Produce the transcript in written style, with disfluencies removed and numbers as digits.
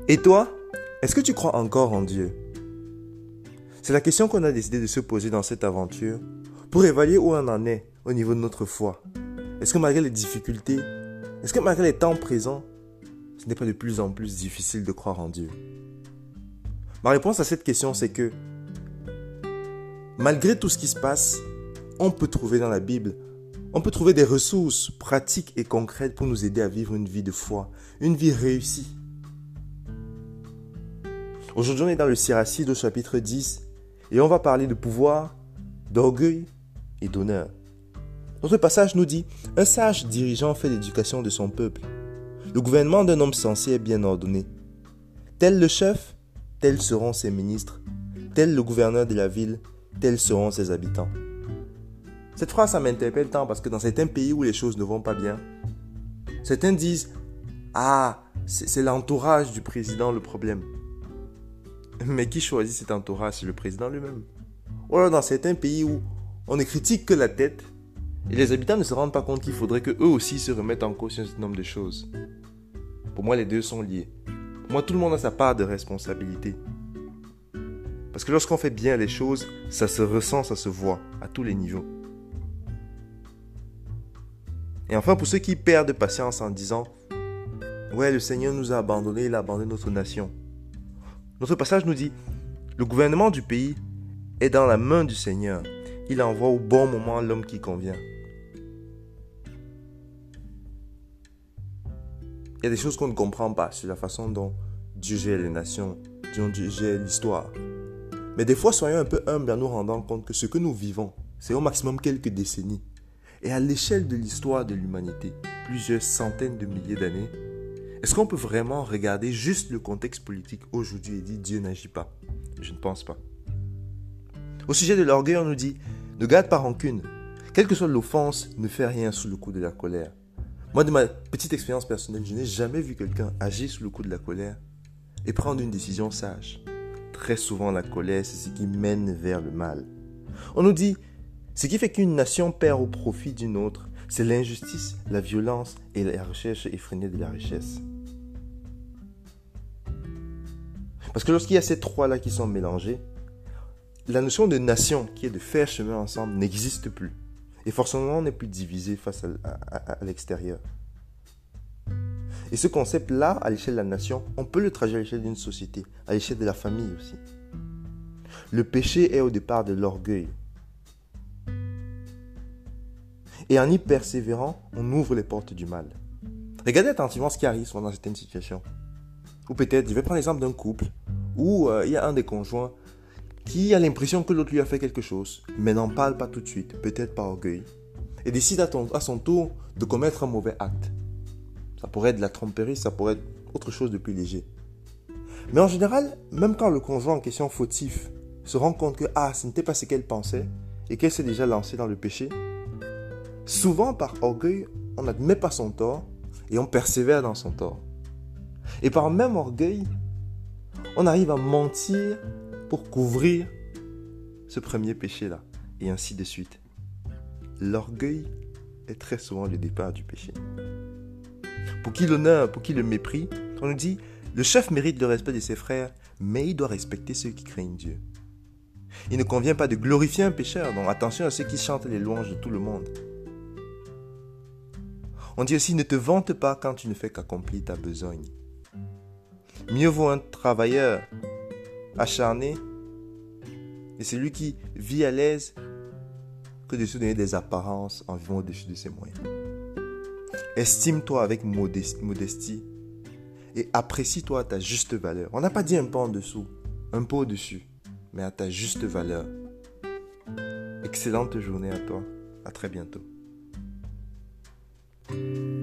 Et toi, est-ce que tu crois encore en Dieu? C'est la question qu'on a décidé de se poser dans cette aventure pour évaluer où on en est au niveau de notre foi. Est-ce que malgré les difficultés, est-ce que malgré les temps présents, ce n'est pas de plus en plus difficile de croire en Dieu? Ma réponse à cette question, c'est que malgré tout ce qui se passe, on peut trouver dans la Bible, on peut trouver des ressources pratiques et concrètes pour nous aider à vivre une vie de foi, une vie réussie. Aujourd'hui, on est dans le Siracide au chapitre 10 et on va parler de pouvoir, d'orgueil et d'honneur. Notre passage nous dit « Un sage dirigeant fait l'éducation de son peuple. Le gouvernement d'un homme sensé est bien ordonné. Tel le chef, tels seront ses ministres. Tel le gouverneur de la ville, tels seront ses habitants. » Cette phrase, ça m'interpelle tant parce que dans certains pays où les choses ne vont pas bien, certains disent « Ah, c'est l'entourage du président le problème. » Mais qui choisit cet entourage? C'est le président lui-même. Ou alors dans certains pays où on ne critique que la tête et les habitants ne se rendent pas compte qu'il faudrait qu'eux aussi se remettent en cause sur un certain nombre de choses. Pour moi, les deux sont liés. Pour moi, tout le monde a sa part de responsabilité. Parce que lorsqu'on fait bien les choses, ça se ressent, ça se voit à tous les niveaux. Et enfin, pour ceux qui perdent patience en disant « Ouais, le Seigneur nous a abandonnés, il a abandonné notre nation. » Notre passage nous dit « Le gouvernement du pays est dans la main du Seigneur. Il envoie au bon moment l'homme qui convient. » Il y a des choses qu'on ne comprend pas sur la façon dont Dieu gère les nations, dont Dieu gère l'histoire. Mais des fois, soyons un peu humbles en nous rendant compte que ce que nous vivons, c'est au maximum quelques décennies. Et à l'échelle de l'histoire de l'humanité, plusieurs centaines de milliers d'années, est-ce qu'on peut vraiment regarder juste le contexte politique aujourd'hui et dire Dieu n'agit pas? Je ne pense pas. Au sujet de l'orgueil, on nous dit ne garde pas rancune. Quelle que soit l'offense, ne fais rien sous le coup de la colère. Moi, de ma petite expérience personnelle, je n'ai jamais vu quelqu'un agir sous le coup de la colère et prendre une décision sage. Très souvent, la colère, c'est ce qui mène vers le mal. On nous dit ce qui fait qu'une nation perd au profit d'une autre, c'est l'injustice, la violence et la recherche effrénée de la richesse. Parce que lorsqu'il y a ces trois-là qui sont mélangés, la notion de nation, qui est de faire chemin ensemble, n'existe plus. Et forcément, on n'est plus divisé face à l'extérieur. Et ce concept-là, à l'échelle de la nation, on peut le traduire à l'échelle d'une société, à l'échelle de la famille aussi. Le péché est au départ de l'orgueil. Et en y persévérant, on ouvre les portes du mal. Regardez attentivement ce qui arrive dans certaines situations. Ou peut-être, je vais prendre l'exemple d'un couple où il y a un des conjoints qui a l'impression que l'autre lui a fait quelque chose, mais n'en parle pas tout de suite, peut-être par orgueil, et décide à son tour de commettre un mauvais acte. Ça pourrait être de la tromperie, ça pourrait être autre chose de plus léger. Mais en général, même quand le conjoint en question fautif se rend compte que ce n'était pas ce qu'elle pensait, et qu'elle s'est déjà lancée dans le péché, souvent par orgueil, on n'admet pas son tort, et on persévère dans son tort. Et par même orgueil, on arrive à mentir pour couvrir ce premier péché-là, et ainsi de suite. L'orgueil est très souvent le départ du péché. Pour qui l'honneur, pour qui le mépris, on nous dit, le chef mérite le respect de ses frères, mais il doit respecter ceux qui craignent Dieu. Il ne convient pas de glorifier un pécheur, donc attention à ceux qui chantent les louanges de tout le monde. On dit aussi, ne te vante pas quand tu ne fais qu'accomplir ta besogne. Mieux vaut un travailleur acharné et celui qui vit à l'aise que de se donner des apparences en vivant au-dessus de ses moyens. Estime-toi avec modestie et apprécie-toi à ta juste valeur. On n'a pas dit un peu en dessous, un peu au-dessus, mais à ta juste valeur. Excellente journée à toi. À très bientôt.